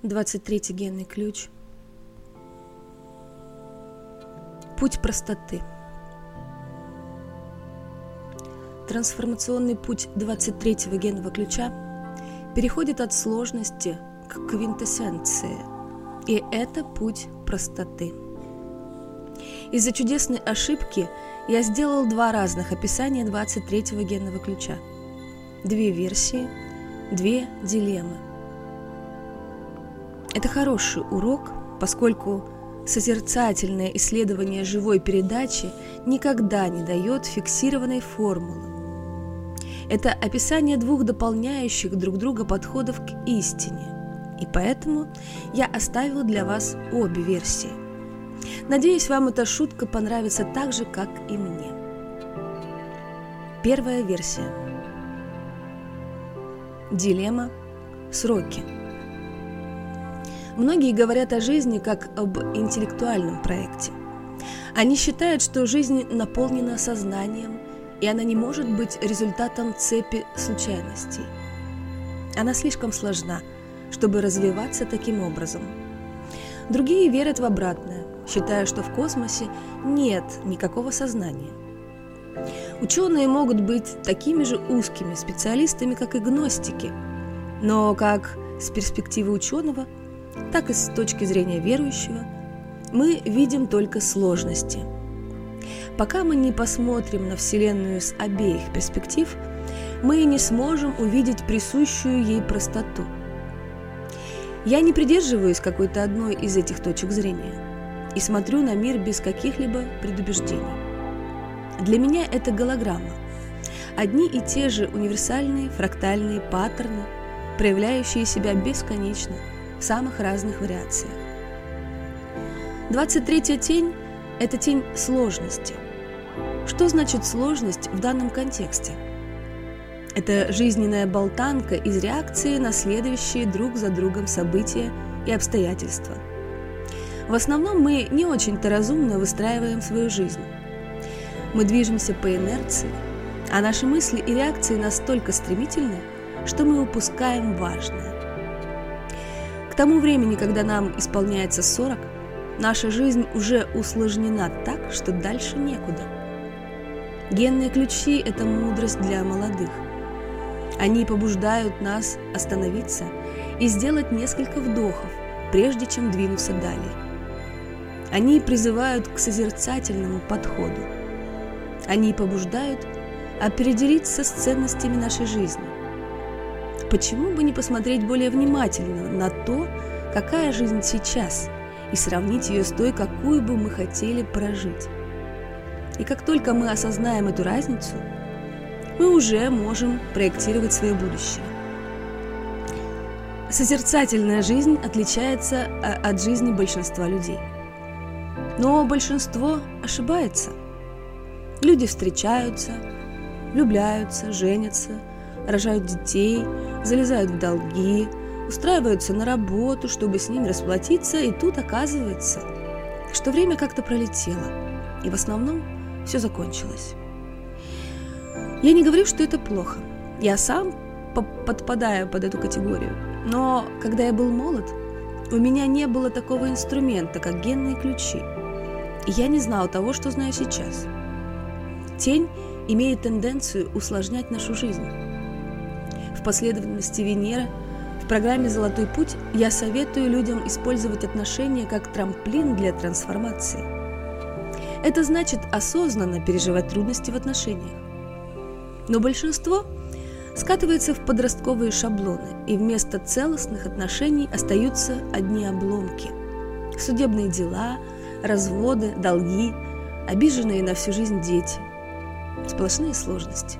23-й генный ключ. Путь простоты. Трансформационный путь 23-го генного ключа переходит от сложности к квинтэссенции, и это путь простоты. Из-за чудесной ошибки я сделал два разных описания 23-го генного ключа, две версии, две дилеммы. Это хороший урок, поскольку созерцательное исследование живой передачи никогда не дает фиксированной формулы. Это описание двух дополняющих друг друга подходов к истине, и поэтому я оставил для вас обе версии. Надеюсь, вам эта шутка понравится так же, как и мне. Первая версия. Дилемма «Сроки». Многие говорят о жизни как об интеллектуальном проекте. Они считают, что жизнь наполнена сознанием, и она не может быть результатом цепи случайностей. Она слишком сложна, чтобы развиваться таким образом. Другие верят в обратное, считая, что в космосе нет никакого сознания. Ученые могут быть такими же узкими специалистами, как и гностики, но как с перспективы ученого, так и с точки зрения верующего мы видим только сложности. Пока мы не посмотрим на Вселенную с обеих перспектив, мы не сможем увидеть присущую ей простоту. Я не придерживаюсь какой-то одной из этих точек зрения и смотрю на мир без каких-либо предубеждений. Для меня это голограмма. Одни и те же универсальные фрактальные паттерны, проявляющие себя бесконечно в самых разных вариациях. 23-я тень – это тень сложности. Что значит сложность в данном контексте? Это жизненная болтанка из реакции на следующие друг за другом события и обстоятельства. В основном мы не очень-то разумно выстраиваем свою жизнь. Мы движемся по инерции, а наши мысли и реакции настолько стремительны, что мы упускаем важное. К тому времени, когда нам исполняется 40, наша жизнь уже усложнена так, что дальше некуда. Генные ключи – это мудрость для молодых. Они побуждают нас остановиться и сделать несколько вдохов, прежде чем двинуться далее. Они призывают к созерцательному подходу. Они побуждают определиться с ценностями нашей жизни. Почему бы не посмотреть более внимательно на то, какая жизнь сейчас, и сравнить ее с той, какую бы мы хотели прожить? И как только мы осознаем эту разницу, мы уже можем проектировать свое будущее. Созерцательная жизнь отличается от жизни большинства людей. Но большинство ошибается. Люди встречаются, влюбляются, женятся, рожают детей, залезают в долги, устраиваются на работу, чтобы с ними расплатиться, и тут оказывается, что время как-то пролетело, и в основном все закончилось. Я не говорю, что это плохо. Я сам подпадаю под эту категорию. Но когда я был молод, у меня не было такого инструмента, как генные ключи. И я не знал того, что знаю сейчас. Тень имеет тенденцию усложнять нашу жизнь. В последовательности Венеры в программе «Золотой путь» я советую людям использовать отношения как трамплин для трансформации. Это значит осознанно переживать трудности в отношениях. Но большинство скатывается в подростковые шаблоны, и вместо целостных отношений остаются одни обломки. Судебные дела, разводы, долги, обиженные на всю жизнь дети. Сплошные сложности.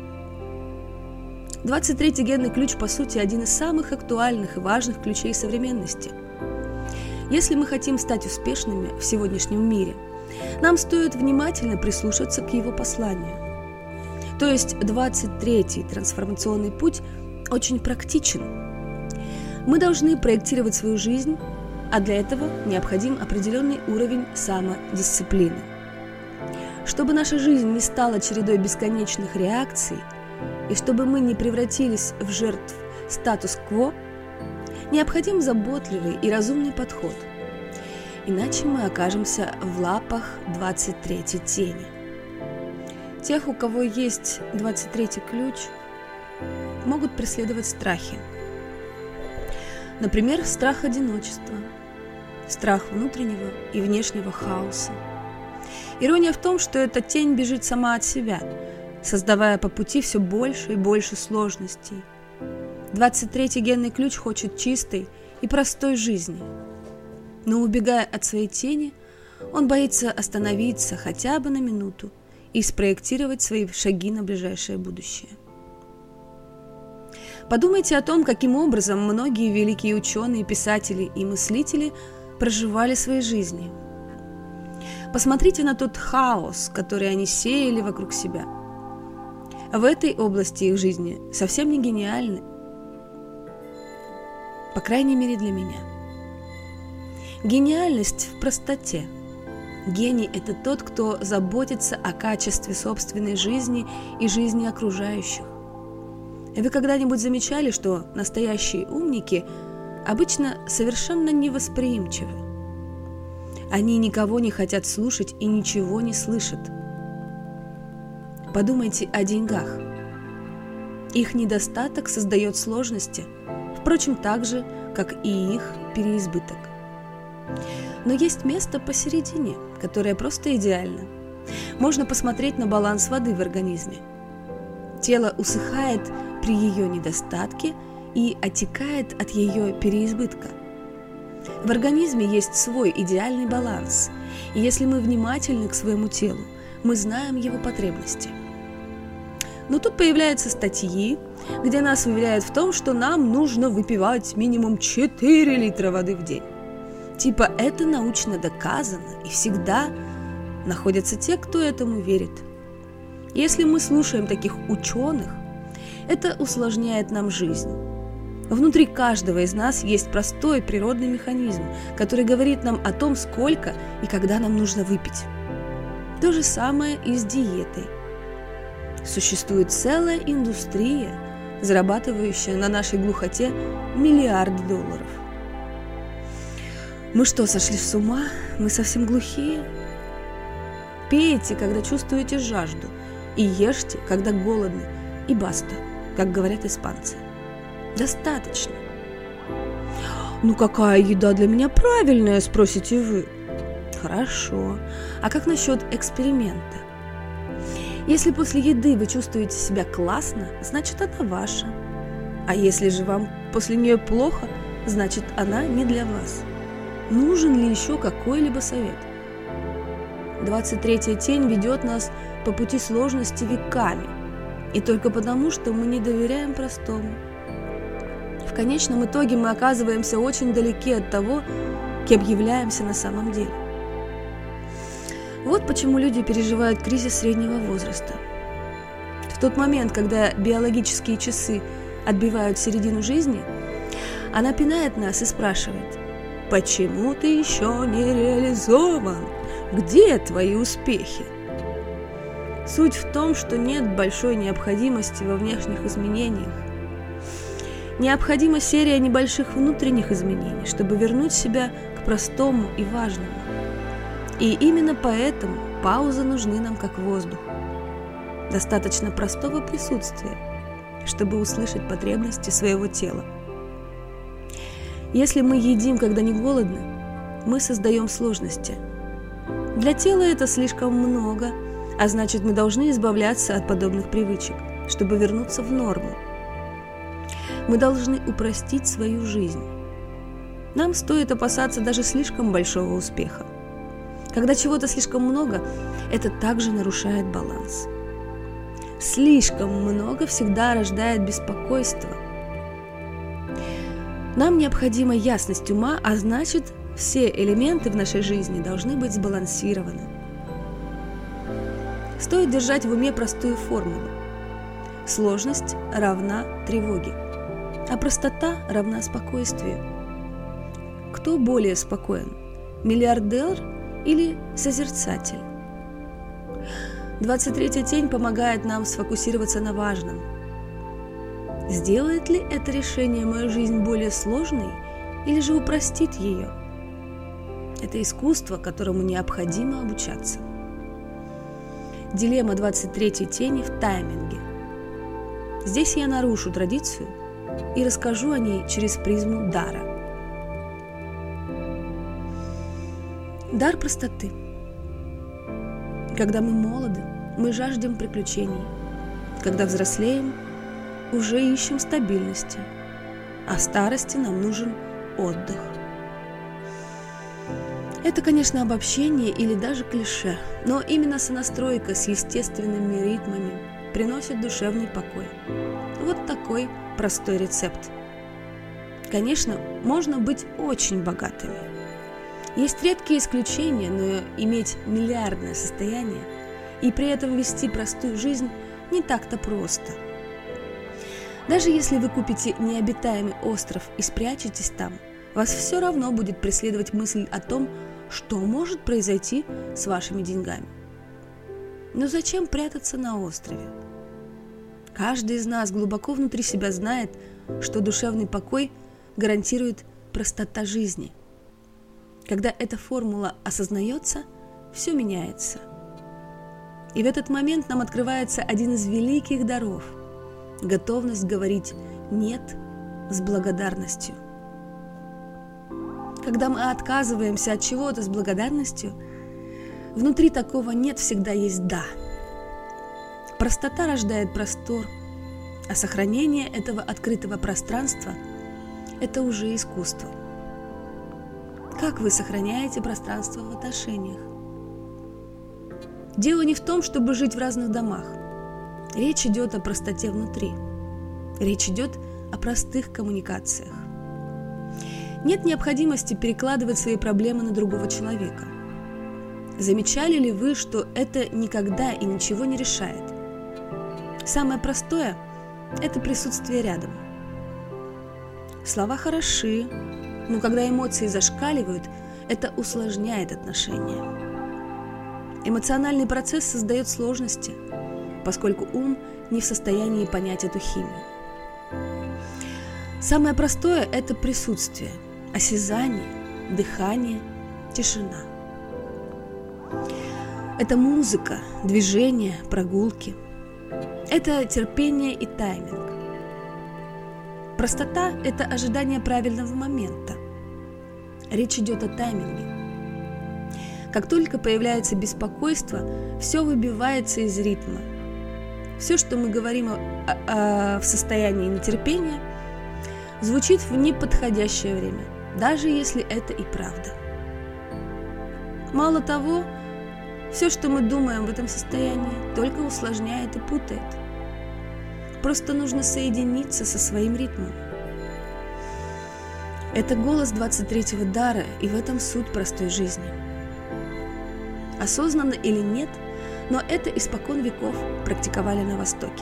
23-й генный ключ, по сути, один из самых актуальных и важных ключей современности. Если мы хотим стать успешными в сегодняшнем мире, нам стоит внимательно прислушаться к его посланию. То есть 23-й трансформационный путь очень практичен. Мы должны проектировать свою жизнь, а для этого необходим определенный уровень самодисциплины. Чтобы наша жизнь не стала чередой бесконечных реакций, и чтобы мы не превратились в жертв статус-кво, Необходим заботливый и разумный подход, иначе мы окажемся в лапах 23-й тени. Тех, у кого есть 23-й ключ, могут преследовать страхи. Например, страх одиночества, страх внутреннего и внешнего хаоса. Ирония в том, что эта тень бежит сама от себя, создавая по пути все больше и больше сложностей. 23-й генный ключ хочет чистой и простой жизни. Но убегая от своей тени, он боится остановиться хотя бы на минуту и спроектировать свои шаги на ближайшее будущее. Подумайте о том, каким образом многие великие ученые, писатели и мыслители проживали свои жизни. Посмотрите на тот хаос, который они сеяли вокруг себя. В этой области их жизни совсем не гениальны, по крайней мере для меня. Гениальность в простоте. Гений – это тот, кто заботится о качестве собственной жизни и жизни окружающих. Вы когда-нибудь замечали, что настоящие умники обычно совершенно невосприимчивы? Они никого не хотят слушать и ничего не слышат. Подумайте о деньгах. Их недостаток создает сложности, впрочем, так же, как и их переизбыток. Но есть место посередине, которое просто идеально. Можно посмотреть на баланс воды в организме. Тело усыхает при ее недостатке и отекает от ее переизбытка. В организме есть свой идеальный баланс, и если мы внимательны к своему телу, мы знаем его потребности. Но тут появляются статьи, где нас уверяют в том, что нам нужно выпивать минимум 4 литра воды в день. Типа это научно доказано, и всегда находятся те, кто этому верит. Если мы слушаем таких ученых, это усложняет нам жизнь. Внутри каждого из нас есть простой природный механизм, который говорит нам о том, сколько и когда нам нужно выпить. То же самое и с диетой. Существует целая индустрия, зарабатывающая на нашей глухоте миллиарды долларов. Мы что, сошли с ума? Мы совсем глухие? Пейте, когда чувствуете жажду, и ешьте, когда голодны, и баста, как говорят испанцы. Достаточно. Ну какая еда для меня правильная, спросите вы? Хорошо. А как насчет эксперимента? Если после еды вы чувствуете себя классно, значит она ваша. А если же вам после нее плохо, значит она не для вас. Нужен ли еще какой-либо совет? 23-я тень ведет нас по пути сложности веками. И только потому, что мы не доверяем простому. В конечном итоге мы оказываемся очень далеки от того, кем являемся на самом деле. Вот почему люди переживают кризис среднего возраста. В тот момент, когда биологические часы отбивают середину жизни, она пинает нас и спрашивает: «Почему ты еще не реализован? Где твои успехи?» Суть в том, что нет большой необходимости во внешних изменениях. Необходима серия небольших внутренних изменений, чтобы вернуть себя к простому и важному. И именно поэтому паузы нужны нам как воздух. Достаточно простого присутствия, чтобы услышать потребности своего тела. Если мы едим, когда не голодны, мы создаем сложности. Для тела это слишком много, а значит, мы должны избавляться от подобных привычек, чтобы вернуться в норму. Мы должны упростить свою жизнь. Нам стоит опасаться даже слишком большого успеха. Когда чего-то слишком много, это также нарушает баланс. Слишком много всегда рождает беспокойство. Нам необходима ясность ума, а значит, все элементы в нашей жизни должны быть сбалансированы. Стоит держать в уме простую формулу. Сложность равна тревоге, а простота равна спокойствию. Кто более спокоен, миллиардер или созерцатель? 23-я тень помогает нам сфокусироваться на важном. Сделает ли это решение мою жизнь более сложной или же упростит ее? Это искусство, которому необходимо обучаться. Дилемма 23-й тени в тайминге. Здесь я нарушу традицию и расскажу о ней через призму дара. Дар простоты. Когда мы молоды, мы жаждем приключений. Когда взрослеем, уже ищем стабильности, а в старости нам нужен отдых. Это, конечно, обобщение или даже клише, но именно сонастройка с естественными ритмами приносит душевный покой. Вот такой простой рецепт. Конечно, можно быть очень богатыми. Есть редкие исключения, но иметь миллиардное состояние и при этом вести простую жизнь не так-то просто. Даже если вы купите необитаемый остров и спрячетесь там, вас все равно будет преследовать мысль о том, что может произойти с вашими деньгами. Но зачем прятаться на острове? Каждый из нас глубоко внутри себя знает, что душевный покой гарантирует простота жизни. Когда эта формула осознается, все меняется. И в этот момент нам открывается один из великих даров – готовность говорить «нет» с благодарностью. Когда мы отказываемся от чего-то с благодарностью, внутри такого «нет» всегда есть «да». Простота рождает простор, а сохранение этого открытого пространства – это уже искусство. Как вы сохраняете пространство в отношениях? Дело не в том, чтобы жить в разных домах. Речь идет о простоте внутри. Речь идет о простых коммуникациях. Нет необходимости перекладывать свои проблемы на другого человека. Замечали ли вы, что это никогда и ничего не решает? Самое простое – это присутствие рядом. Слова хороши, но когда эмоции зашкаливают, это усложняет отношения. Эмоциональный процесс создает сложности, поскольку ум не в состоянии понять эту химию. Самое простое – это присутствие, осязание, дыхание, тишина. Это музыка, движение, прогулки. Это терпение и тайминг. Простота – это ожидание правильного момента. Речь идет о тайминге. Как только появляется беспокойство, все выбивается из ритма. Все, что мы говорим в состоянии нетерпения, звучит в неподходящее время, даже если это и правда. Мало того, все, что мы думаем в этом состоянии, только усложняет и путает. Просто нужно соединиться со своим ритмом. Это голос 23-го дара, и в этом суть простой жизни. Осознанно или нет, но это испокон веков практиковали на Востоке.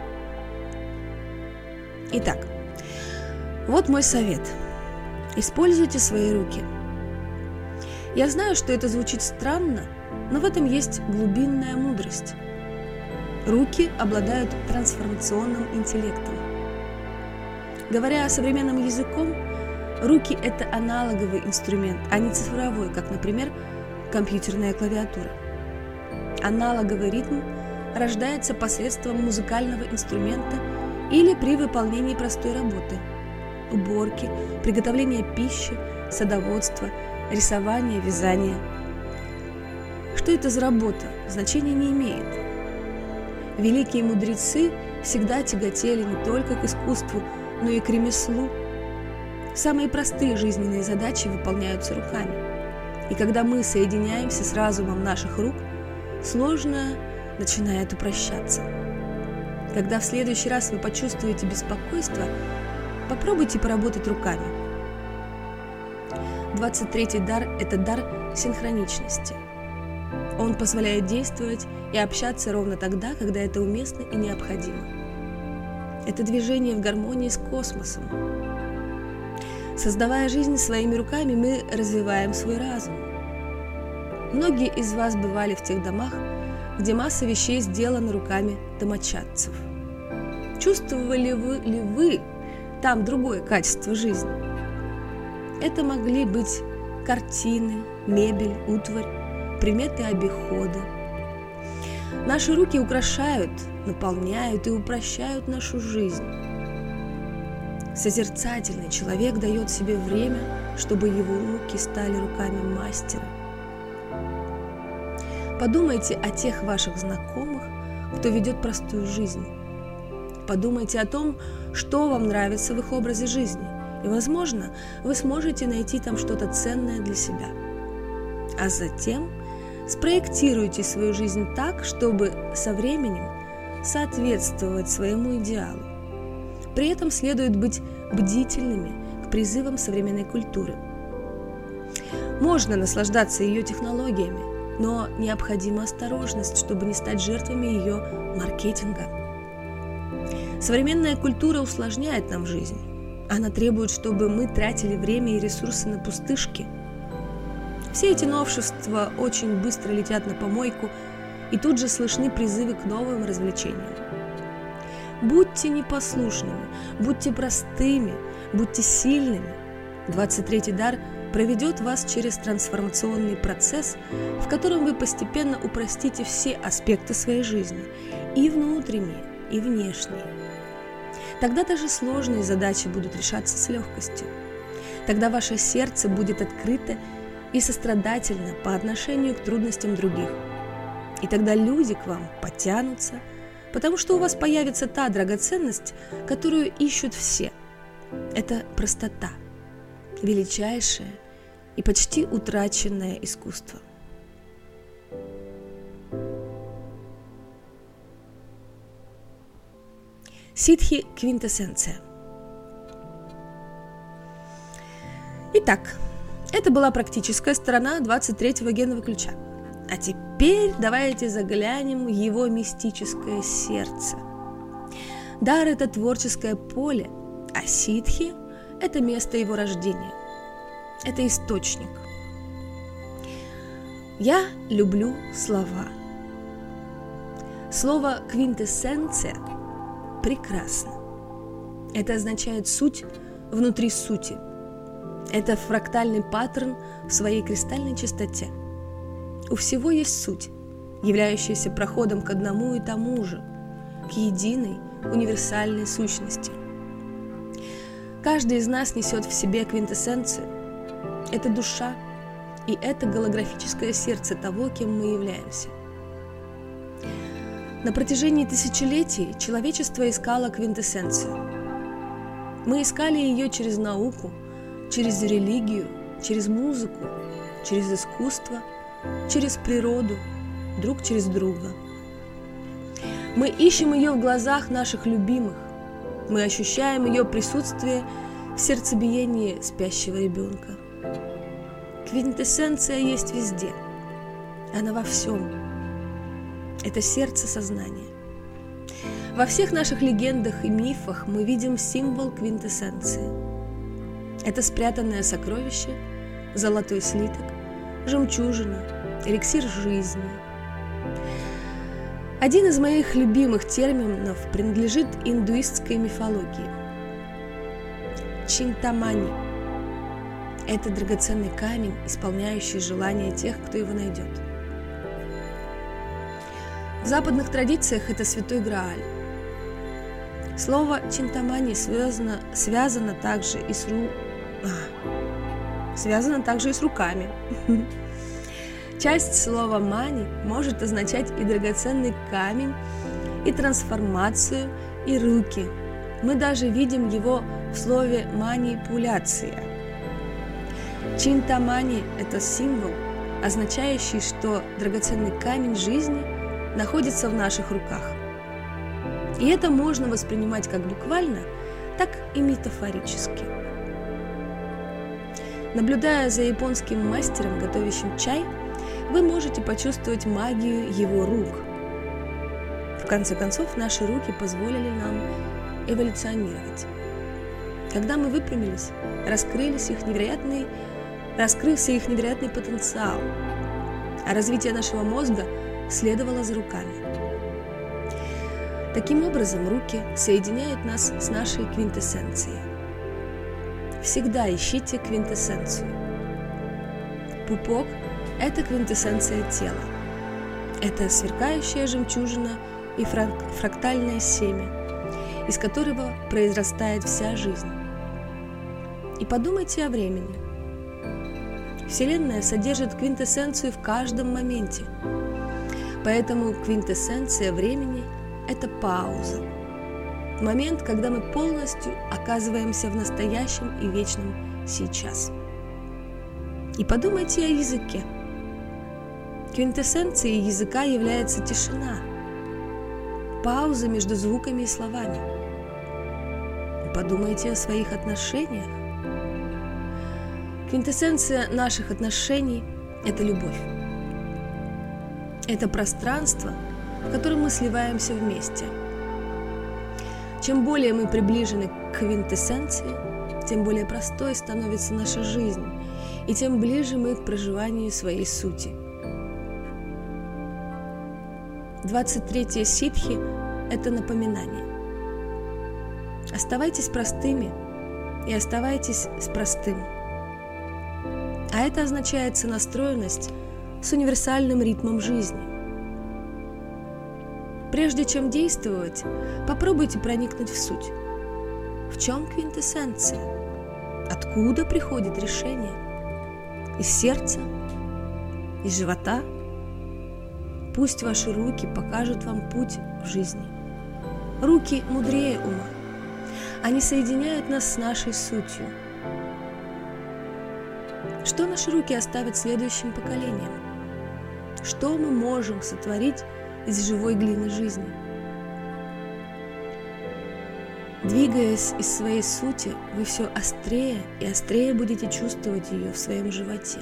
Итак, вот мой совет. Используйте свои руки. Я знаю, что это звучит странно, но в этом есть глубинная мудрость. Руки обладают трансформационным интеллектом. Говоря современным языком, руки – это аналоговый инструмент, а не цифровой, как, например, компьютерная клавиатура. Аналоговый ритм рождается посредством музыкального инструмента или при выполнении простой работы – уборки, приготовления пищи, садоводства, рисования, вязания. Что это за работа, значения не имеет. Великие мудрецы всегда тяготели не только к искусству, но и к ремеслу. Самые простые жизненные задачи выполняются руками. И когда мы соединяемся с разумом наших рук, сложное начинает упрощаться. Когда в следующий раз вы почувствуете беспокойство, попробуйте поработать руками. 23-й дар – это дар синхроничности. Он позволяет действовать и общаться ровно тогда, когда это уместно и необходимо. Это движение в гармонии с космосом. Создавая жизнь своими руками, мы развиваем свой разум. Многие из вас бывали в тех домах, где масса вещей сделана руками домочадцев. чувствовали ли вы там другое качество жизни? Это могли быть картины, мебель, утварь, приметы обихода. Наши руки украшают, наполняют и упрощают нашу жизнь. Созерцательный человек дает себе время, чтобы его руки стали руками мастера. Подумайте о тех ваших знакомых, кто ведет простую жизнь. Подумайте о том, что вам нравится в их образе жизни, и, возможно, вы сможете найти там что-то ценное для себя. А затем спроектируйте свою жизнь так, чтобы со временем соответствовать своему идеалу. При этом следует быть бдительными к призывам современной культуры. Можно наслаждаться ее технологиями, но необходима осторожность, чтобы не стать жертвами ее маркетинга. Современная культура усложняет нам жизнь. Она требует, чтобы мы тратили время и ресурсы на пустышки. Все эти новшества очень быстро летят на помойку, и тут же слышны призывы к новым развлечениям. Будьте непослушными, будьте простыми, будьте сильными. 23-й дар проведет вас через трансформационный процесс, в котором вы постепенно упростите все аспекты своей жизни, и внутренние, и внешние. Тогда даже сложные задачи будут решаться с легкостью. Тогда ваше сердце будет открыто и сострадательно по отношению к трудностям других. И тогда люди к вам потянутся, потому что у вас появится та драгоценность, которую ищут все. Это простота, величайшее и почти утраченное искусство. Ситхи – квинтэссенция. Итак, это была практическая сторона 23-го генного ключа. А теперь давайте заглянем в его мистическое сердце. Дар – это творческое поле, а ситхи – это место его рождения. Это источник. Я люблю слова. Слово «квинтэссенция» прекрасно. Это означает суть внутри сути. Это фрактальный паттерн в своей кристальной чистоте. У всего есть суть, являющаяся проходом к одному и тому же, к единой универсальной сущности. Каждый из нас несет в себе квинтэссенцию. Это душа, и это голографическое сердце того, кем мы являемся. На протяжении тысячелетий человечество искало квинтэссенцию. Мы искали ее через науку, через религию, через музыку, через искусство, через природу, друг через друга. Мы ищем ее в глазах наших любимых. Мы ощущаем ее присутствие в сердцебиении спящего ребенка. Квинтэссенция есть везде. Она во всем. Это сердце сознания. Во всех наших легендах и мифах мы видим символ квинтэссенции. Это спрятанное сокровище, золотой слиток, жемчужина, эликсир жизни. Один из моих любимых терминов принадлежит индуистской мифологии. Чинтамани – это драгоценный камень, исполняющий желания тех, кто его найдет. В западных традициях это святой Грааль. Слово чинтамани связано также и с руками. Часть слова мани может означать и драгоценный камень, и трансформацию, и руки. Мы даже видим его в слове манипуляция. Чинтамани – это символ, означающий, что драгоценный камень жизни находится в наших руках. И это можно воспринимать как буквально, так и метафорически. Наблюдая за японским мастером, готовящим чай, вы можете почувствовать магию его рук. В конце концов, наши руки позволили нам эволюционировать. Когда мы выпрямились, раскрылся их невероятный потенциал, а развитие нашего мозга следовало за руками. Таким образом, руки соединяют нас с нашей квинтэссенцией. Всегда ищите квинтэссенцию. Пупок – это квинтэссенция тела. Это сверкающая жемчужина и фрактальное семя, из которого произрастает вся жизнь. И подумайте о времени. Вселенная содержит квинтэссенцию в каждом моменте. Поэтому квинтэссенция времени – это пауза. Момент, когда мы полностью оказываемся в настоящем и вечном сейчас. И подумайте о языке. Квинтэссенцией языка является тишина, пауза между звуками и словами. И подумайте о своих отношениях. Квинтэссенция наших отношений – это любовь. Это пространство, в котором мы сливаемся вместе. Чем более мы приближены к квинтэссенции, тем более простой становится наша жизнь, и тем ближе мы к проживанию своей сути. 23-е ситхи – это напоминание. Оставайтесь простыми и оставайтесь с простым. А это означает сонастроенность с универсальным ритмом жизни. Прежде чем действовать, попробуйте проникнуть в суть. В чем квинтэссенция? Откуда приходит решение? Из сердца? Из живота? Пусть ваши руки покажут вам путь в жизни. Руки мудрее ума. Они соединяют нас с нашей сутью. Что наши руки оставят следующим поколениям? Что мы можем сотворить из живой глины жизни? Двигаясь из своей сути, вы все острее и острее будете чувствовать ее в своем животе.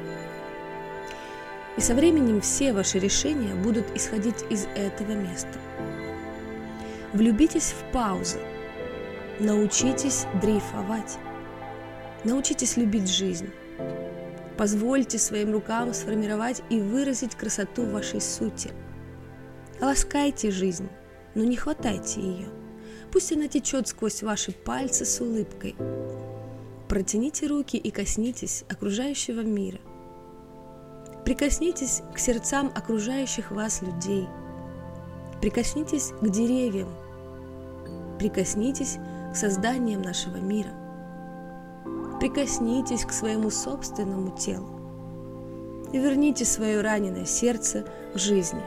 И со временем все ваши решения будут исходить из этого места. Влюбитесь в паузу. Научитесь дрейфовать. Научитесь любить жизнь. Позвольте своим рукам сформировать и выразить красоту вашей сути. Ласкайте жизнь, но не хватайте ее. Пусть она течет сквозь ваши пальцы с улыбкой. Протяните руки и коснитесь окружающего мира. Прикоснитесь к сердцам окружающих вас людей. Прикоснитесь к деревьям. Прикоснитесь к созданиям нашего мира. Прикоснитесь к своему собственному телу и верните свое раненое сердце к жизни.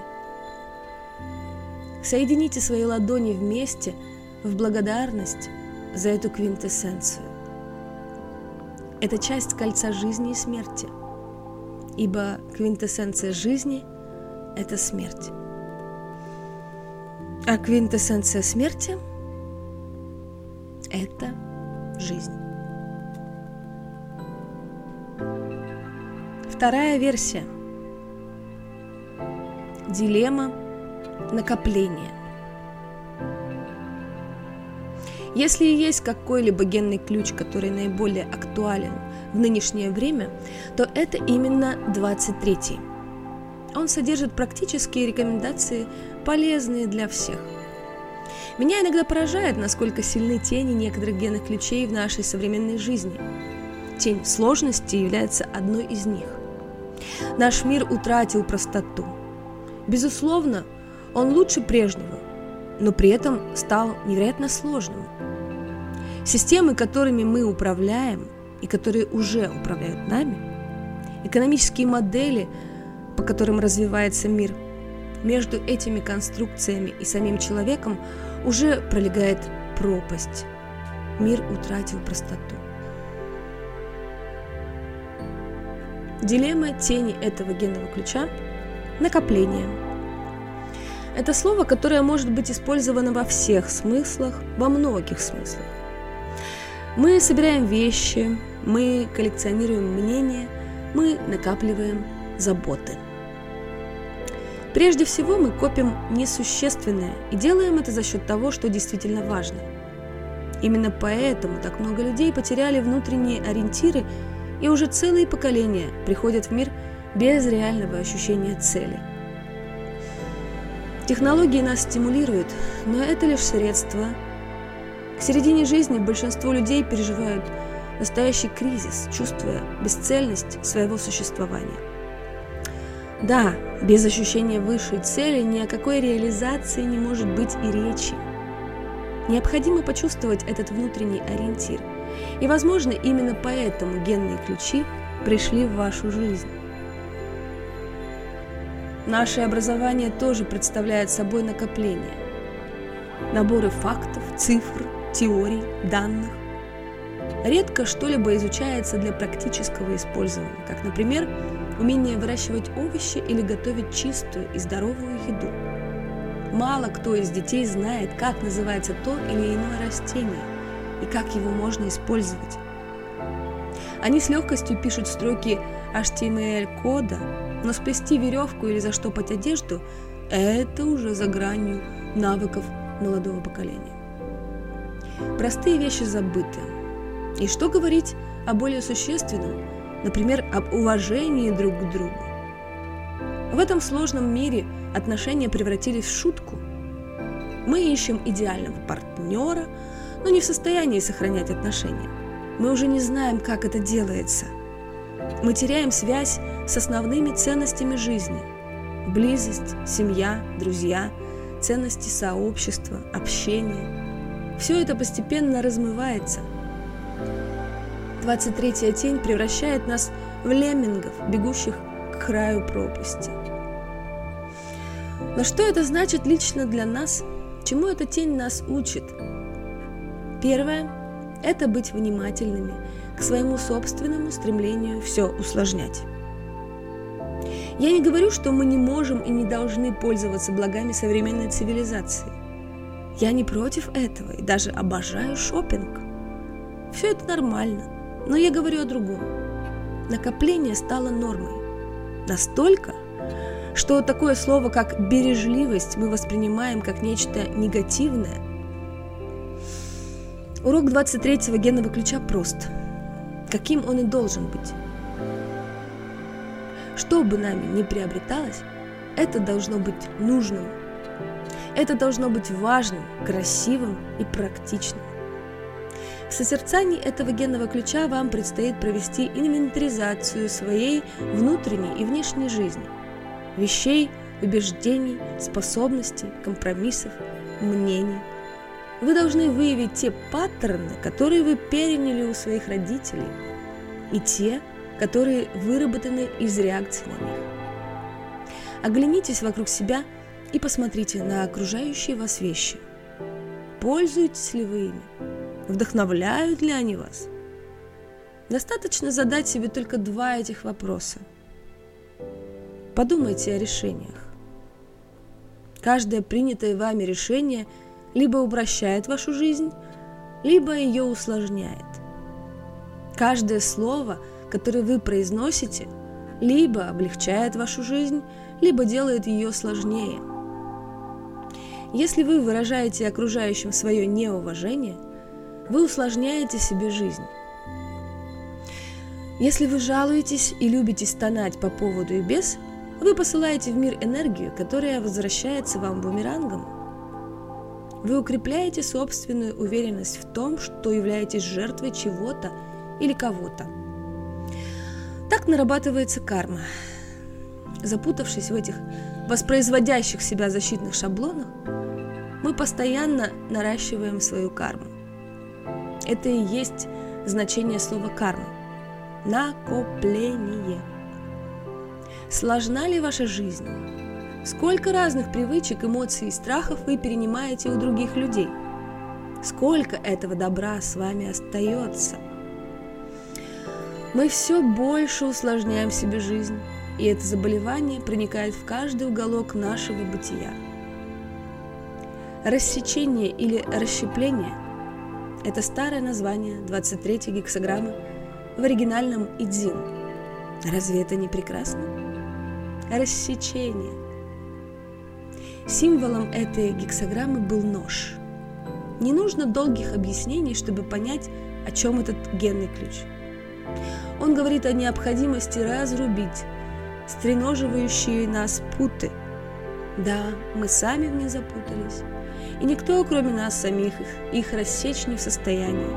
Соедините свои ладони вместе в благодарность за эту квинтэссенцию. Это часть кольца жизни и смерти, ибо квинтэссенция жизни – это смерть. А квинтэссенция смерти – это жизнь. Вторая версия. Дилемма накопления. Если есть какой-либо генный ключ, который наиболее актуален в нынешнее время, то это именно 23-й. Он содержит практические рекомендации, полезные для всех. Меня иногда поражает, насколько сильны тени некоторых генных ключей в нашей современной жизни. Тень сложности является одной из них. Наш мир утратил простоту. Безусловно, он лучше прежнего, но при этом стал невероятно сложным. Системы, которыми мы управляем и которые уже управляют нами, экономические модели, по которым развивается мир, между этими конструкциями и самим человеком уже пролегает пропасть. Мир утратил простоту. Дилемма тени этого генного ключа – накопление. Это слово, которое может быть использовано во всех смыслах, во многих смыслах. Мы собираем вещи, мы коллекционируем мнения, мы накапливаем заботы. Прежде всего мы копим несущественное и делаем это за счет того, что действительно важно. Именно поэтому так много людей потеряли внутренние ориентиры, и уже целые поколения приходят в мир без реального ощущения цели. Технологии нас стимулируют, но это лишь средство. К середине жизни большинство людей переживают настоящий кризис, чувствуя бесцельность своего существования. Да, без ощущения высшей цели ни о какой реализации не может быть и речи. Необходимо почувствовать этот внутренний ориентир. И, возможно, именно поэтому генные ключи пришли в вашу жизнь. Наше образование тоже представляет собой накопление. Наборы фактов, цифр, теорий, данных. Редко что-либо изучается для практического использования, как, например, умение выращивать овощи или готовить чистую и здоровую еду. Мало кто из детей знает, как называется то или иное растение и как его можно использовать. Они с легкостью пишут строки HTML-кода, но сплести веревку или заштопать одежду – это уже за гранью навыков молодого поколения. Простые вещи забыты. И что говорить о более существенном, например, об уважении друг к другу? В этом сложном мире отношения превратились в шутку. Мы ищем идеального партнера, но не в состоянии сохранять отношения. Мы уже не знаем, как это делается. Мы теряем связь с основными ценностями жизни. Близость, семья, друзья, ценности сообщества, общение. Все это постепенно размывается. 23-я тень превращает нас в леммингов, бегущих к краю пропасти. Но что это значит лично для нас? Чему эта тень нас учит? Первое – это быть внимательными к своему собственному стремлению все усложнять. Я не говорю, что мы не можем и не должны пользоваться благами современной цивилизации. Я не против этого и даже обожаю шопинг. Все это нормально. Но я говорю о другом. Накопление стало нормой. Настолько, что такое слово, как бережливость, мы воспринимаем как нечто негативное. Урок 23-го генного ключа прост. Каким он и должен быть. Что бы нами ни приобреталось, это должно быть нужным. Это должно быть важным, красивым и практичным. В созерцании этого генного ключа вам предстоит провести инвентаризацию своей внутренней и внешней жизни, вещей, убеждений, способностей, компромиссов, мнений. Вы должны выявить те паттерны, которые вы переняли у своих родителей, и те, которые выработаны из реакций на них. Оглянитесь вокруг себя и посмотрите на окружающие вас вещи. Пользуетесь ли вы ими? Вдохновляют ли они вас? Достаточно задать себе только 2 этих вопроса. Подумайте о решениях. Каждое принятое вами решение либо упрощает вашу жизнь, либо ее усложняет. Каждое слово, которое вы произносите, либо облегчает вашу жизнь, либо делает ее сложнее. Если вы выражаете окружающим свое неуважение, вы усложняете себе жизнь. Если вы жалуетесь и любите стонать по поводу и без, вы посылаете в мир энергию, которая возвращается вам бумерангом. Вы укрепляете собственную уверенность в том, что являетесь жертвой чего-то или кого-то. Так нарабатывается карма. Запутавшись в этих воспроизводящих себя защитных шаблонах, мы постоянно наращиваем свою карму. Это и есть значение слова карма. Накопление. Сложна ли ваша жизнь? Сколько разных привычек, эмоций и страхов вы перенимаете у других людей? Сколько этого добра с вами остается? Мы все больше усложняем себе жизнь, и это заболевание проникает в каждый уголок нашего бытия. Рассечение или расщепление – это старое название 23-й гексаграммы в оригинальном идзин. Разве это не прекрасно? Рассечение. Символом этой гексаграммы был нож. Не нужно долгих объяснений, чтобы понять, о чем этот генный ключ. Он говорит о необходимости разрубить стреноживающие нас путы, Да, мы сами в них запутались, и никто, кроме нас самих, их рассечь не в состоянии.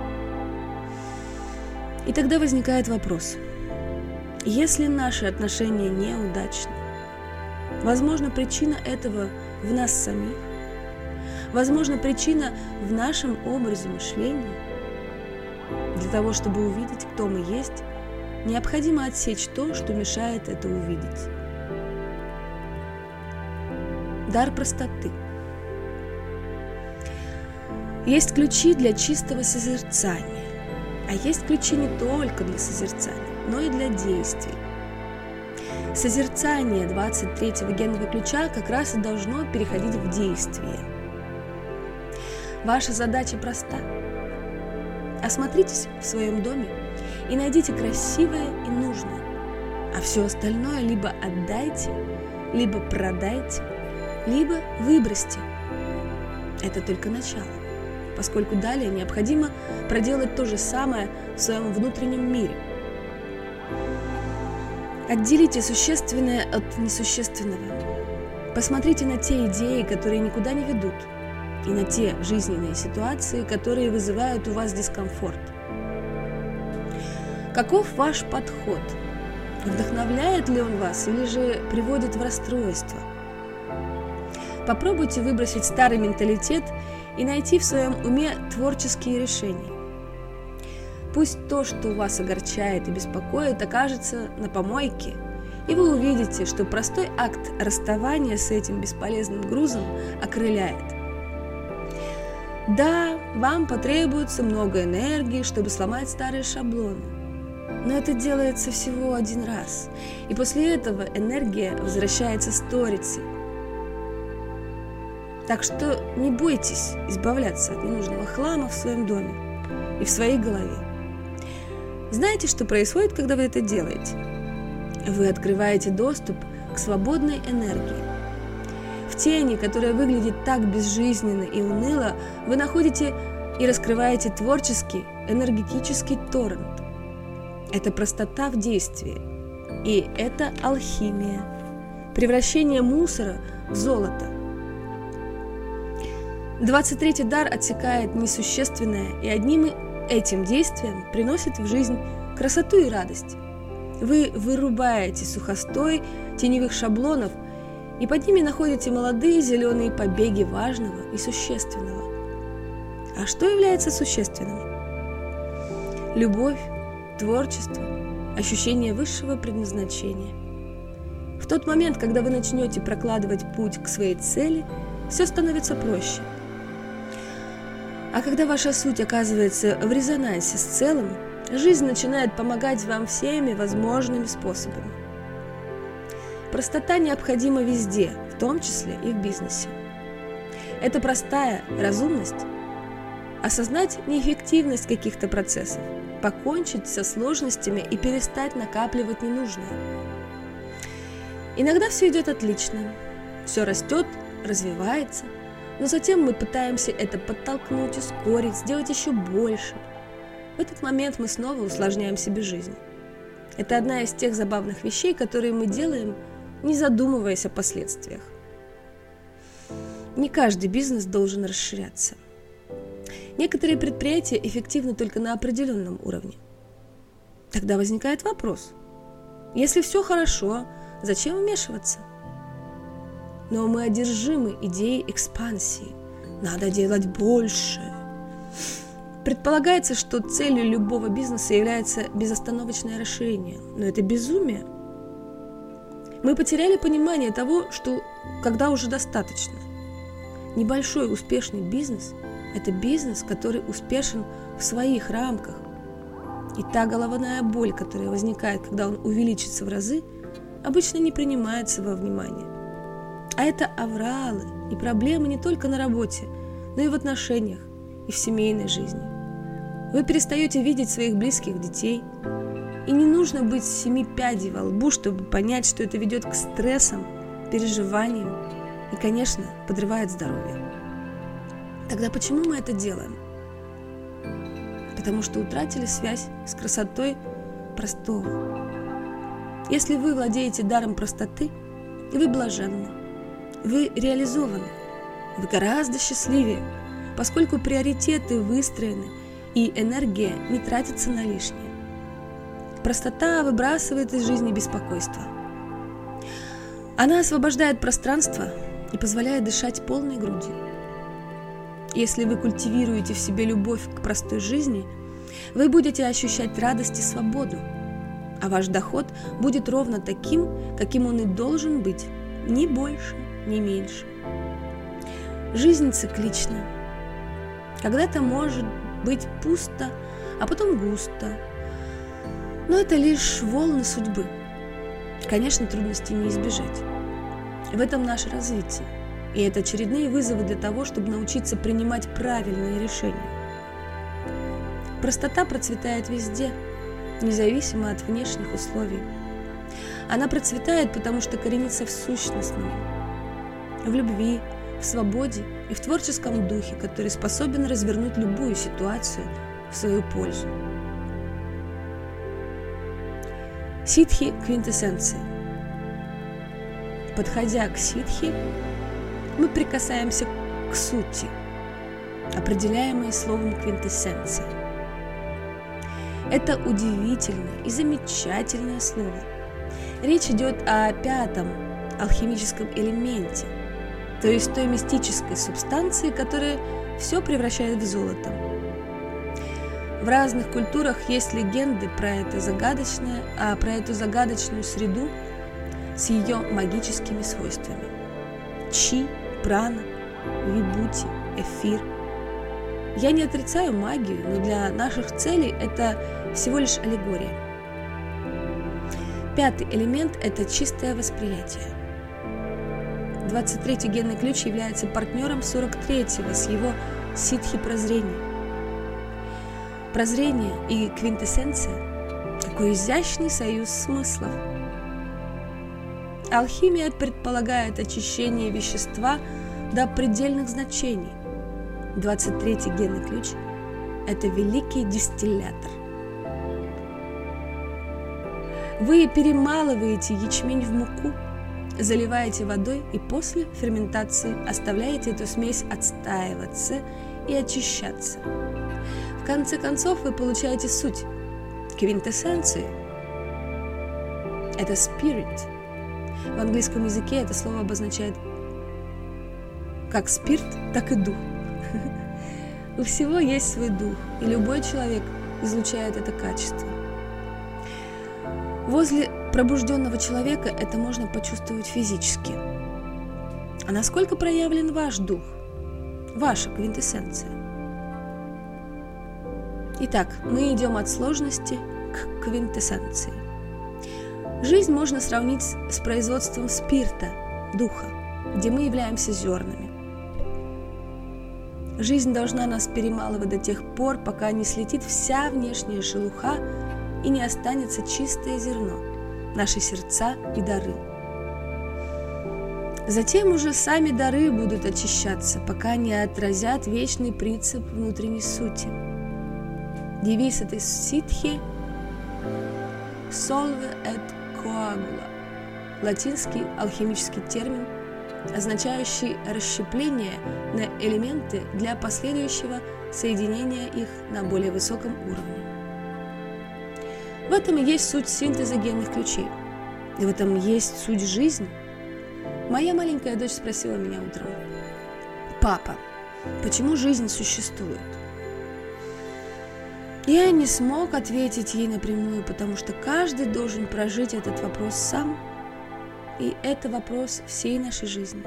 И тогда возникает вопрос: если наши отношения неудачны, возможно, причина этого в нас самих, возможно, причина в нашем образе мышления. Для того, чтобы увидеть, кто мы есть, необходимо отсечь то, что мешает это увидеть. Дар простоты. Есть ключи для чистого созерцания, а есть ключи не только для созерцания, но и для действий. Созерцание 23-го генного ключа как раз и должно переходить в действие. Ваша задача проста. Осмотритесь в своем доме и найдите красивое и нужное, а все остальное либо отдайте, либо продайте, либо выбросьте. Это только начало, поскольку далее необходимо проделать то же самое в своем внутреннем мире. Отделите существенное от несущественного. Посмотрите на те идеи, которые никуда не ведут, и на те жизненные ситуации, которые вызывают у вас дискомфорт. Каков ваш подход? Вдохновляет ли он вас или же приводит в расстройство? Попробуйте выбросить старый менталитет и найти в своем уме творческие решения. Пусть то, что вас огорчает и беспокоит, окажется на помойке, и вы увидите, что простой акт расставания с этим бесполезным грузом окрыляет. Да, вам потребуется много энергии, чтобы сломать старые шаблоны, но это делается всего один раз, и после этого энергия возвращается сторицей. Так что не бойтесь избавляться от ненужного хлама в своем доме и в своей голове. Знаете, что происходит, когда вы это делаете? Вы открываете доступ к свободной энергии. В тени, которая выглядит так безжизненно и уныло, вы находите и раскрываете творческий, энергетический торрент. Это простота в действии. И это алхимия. Превращение мусора в золото. 23-й дар отсекает несущественное и одним этим действием приносит в жизнь красоту и радость. Вы вырубаете сухостой теневых шаблонов и под ними находите молодые зеленые побеги важного и существенного. А что является существенным? Любовь, творчество, ощущение высшего предназначения. В тот момент, когда вы начнете прокладывать путь к своей цели, все становится проще. А когда ваша суть оказывается в резонансе с целым, жизнь начинает помогать вам всеми возможными способами. Простота необходима везде, в том числе и в бизнесе. Это простая разумность, осознать неэффективность каких-то процессов, покончить со сложностями и перестать накапливать ненужное. Иногда все идет отлично, все растет, развивается, но затем мы пытаемся это подтолкнуть, ускорить, сделать еще больше. В этот момент мы снова усложняем себе жизнь. Это одна из тех забавных вещей, которые мы делаем, не задумываясь о последствиях. Не каждый бизнес должен расширяться. Некоторые предприятия эффективны только на определенном уровне. Тогда возникает вопрос: если все хорошо, зачем вмешиваться? Но мы одержимы идеей экспансии. Надо делать больше. Предполагается, что целью любого бизнеса является безостановочное расширение. Но это безумие. Мы потеряли понимание того, что когда уже достаточно. Небольшой успешный бизнес – это бизнес, который успешен в своих рамках. И та головная боль, которая возникает, когда он увеличится в разы, обычно не принимается во внимание. А это авралы и проблемы не только на работе, но и в отношениях, и в семейной жизни. Вы перестаете видеть своих близких детей, и не нужно быть 7 пядей во лбу, чтобы понять, что это ведет к стрессам, переживаниям и, конечно, подрывает здоровье. Тогда почему мы это делаем? Потому что утратили связь с красотой простого. Если вы владеете даром простоты, вы блаженны. вы реализованы, вы гораздо счастливее, поскольку приоритеты выстроены и энергия не тратится на лишнее. Простота выбрасывает из жизни беспокойство. Она освобождает пространство и позволяет дышать полной грудью. Если вы культивируете в себе любовь к простой жизни, вы будете ощущать радость и свободу, а ваш доход будет ровно таким, каким он и должен быть, ни больше, ни меньше. Жизнь циклична. Когда-то может быть пусто, а потом густо. Но это лишь волны судьбы. Конечно, трудностей не избежать. В этом наше развитие. И это очередные вызовы для того, чтобы научиться принимать правильные решения. Простота процветает везде, независимо от внешних условий. Она процветает, потому что коренится в сущностном, в любви, в свободе и в творческом духе, который способен развернуть любую ситуацию в свою пользу. Ситхи – квинтэссенция. Подходя к ситхи, мы прикасаемся к сути, определяемой словом квинтэссенция. Это удивительное и замечательное слово. Речь идет о пятом алхимическом элементе, то есть той мистической субстанции, которая все превращает в золото. В разных культурах есть легенды про эту загадочную среду с ее магическими свойствами. Чи, прана, вибути, эфир. Я не отрицаю магию, но для наших целей это всего лишь аллегория. Пятый элемент – это чистое восприятие. 23-й генный ключ является партнером 43-го с его ситхи прозрения. Прозрение и квинтэссенция – такой изящный союз смыслов. Алхимия предполагает очищение вещества до предельных значений. 23-й генный ключ – это великий дистиллятор. Вы перемалываете ячмень в муку, заливаете водой и после ферментации оставляете эту смесь отстаиваться и очищаться. В конце концов вы получаете суть, квинтэссенцию. Это spirit. В английском языке это слово обозначает как спирт, так и дух. У всего есть свой дух, и любой человек излучает это качество. Возле пробужденного человека это можно почувствовать физически. А насколько проявлен ваш дух, ваша квинтэссенция? Итак, мы идем от сложности к квинтэссенции. Жизнь можно сравнить с производством спирта, духа, где мы являемся зернами. Жизнь должна нас перемалывать до тех пор, пока не слетит вся внешняя шелуха и не останется чистое зерно, наши сердца и дары. Затем уже сами дары будут очищаться, пока не отразят вечный принцип внутренней сути. Девиз этой ситхи «Solve et coagula» – латинский алхимический термин, означающий расщепление на элементы для последующего соединения их на более высоком уровне. В этом и есть суть синтеза генных ключей. И в этом есть суть жизни. Моя маленькая дочь спросила меня утром: «Папа, почему жизнь существует?» Я не смог ответить ей напрямую, потому что каждый должен прожить этот вопрос сам. И это вопрос всей нашей жизни.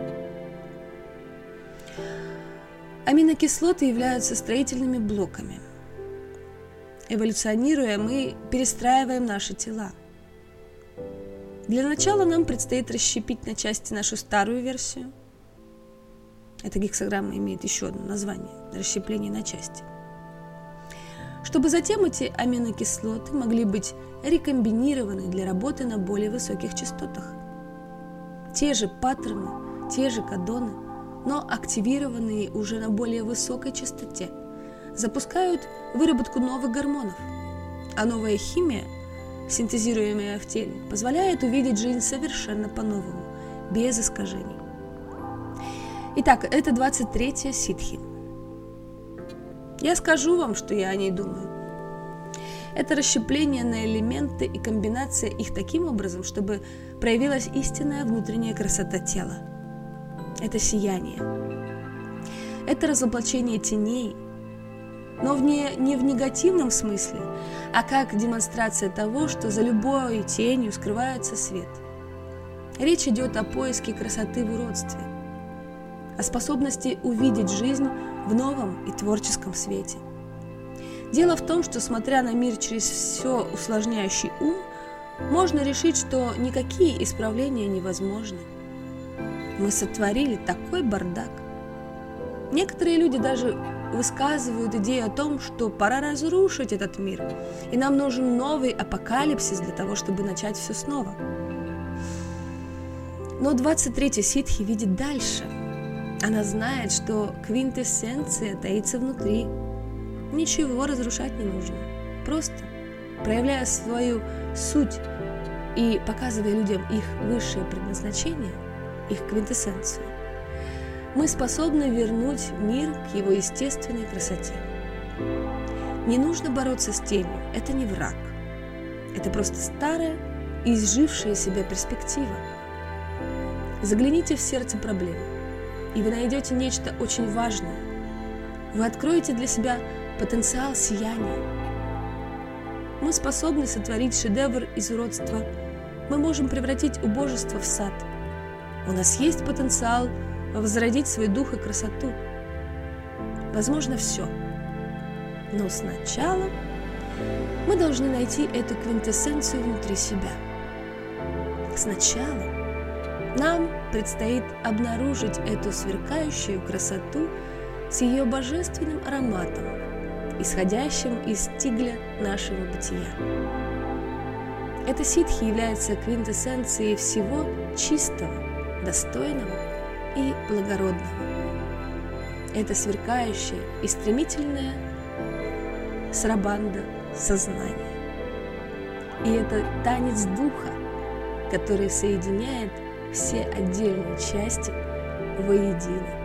Аминокислоты являются строительными блоками. Эволюционируя, мы перестраиваем наши тела. Для начала нам предстоит расщепить на части нашу старую версию. Эта гексаграмма имеет еще одно название – расщепление на части. Чтобы затем эти аминокислоты могли быть рекомбинированы для работы на более высоких частотах. Те же паттерны, те же кодоны, но активированные уже на более высокой частоте, запускают выработку новых гормонов, а новая химия, синтезируемая в теле, позволяет увидеть жизнь совершенно по-новому, без искажений. Итак, это 23-я ситхи. Я скажу вам, что я о ней думаю. Это расщепление на элементы и комбинация их таким образом, чтобы проявилась истинная внутренняя красота тела. Это сияние. Это разоблачение теней, но не в негативном смысле, а как демонстрация того, что за любой тенью скрывается свет. Речь идет о поиске красоты в уродстве, о способности увидеть жизнь в новом и творческом свете. Дело в том, что, смотря на мир через все усложняющий ум, можно решить, что никакие исправления невозможны. Мы сотворили такой бардак. Некоторые люди даже высказывают идею о том, что пора разрушить этот мир, и нам нужен новый апокалипсис для того, чтобы начать все снова. Но 23-я ситхи видит дальше. Она знает, что квинтэссенция таится внутри. Ничего разрушать не нужно. Просто проявляя свою суть и показывая людям их высшее предназначение, их квинтэссенцию, мы способны вернуть мир к его естественной красоте. Не нужно бороться с тенью, это не враг. Это просто старая и изжившая себя перспектива. Загляните в сердце проблемы, и вы найдете нечто очень важное. Вы откроете для себя потенциал сияния. Мы способны сотворить шедевр из уродства. Мы можем превратить убожество в сад. У нас есть потенциал возродить свой дух и красоту. Возможно, все. Но сначала мы должны найти эту квинтэссенцию внутри себя. Сначала нам предстоит обнаружить эту сверкающую красоту с ее божественным ароматом, исходящим из тигля нашего бытия. Эта ситхи является квинтэссенцией всего чистого, достойного и благородного. Это сверкающее и стремительное срабанда сознания. И это танец духа, который соединяет все отдельные части воедино.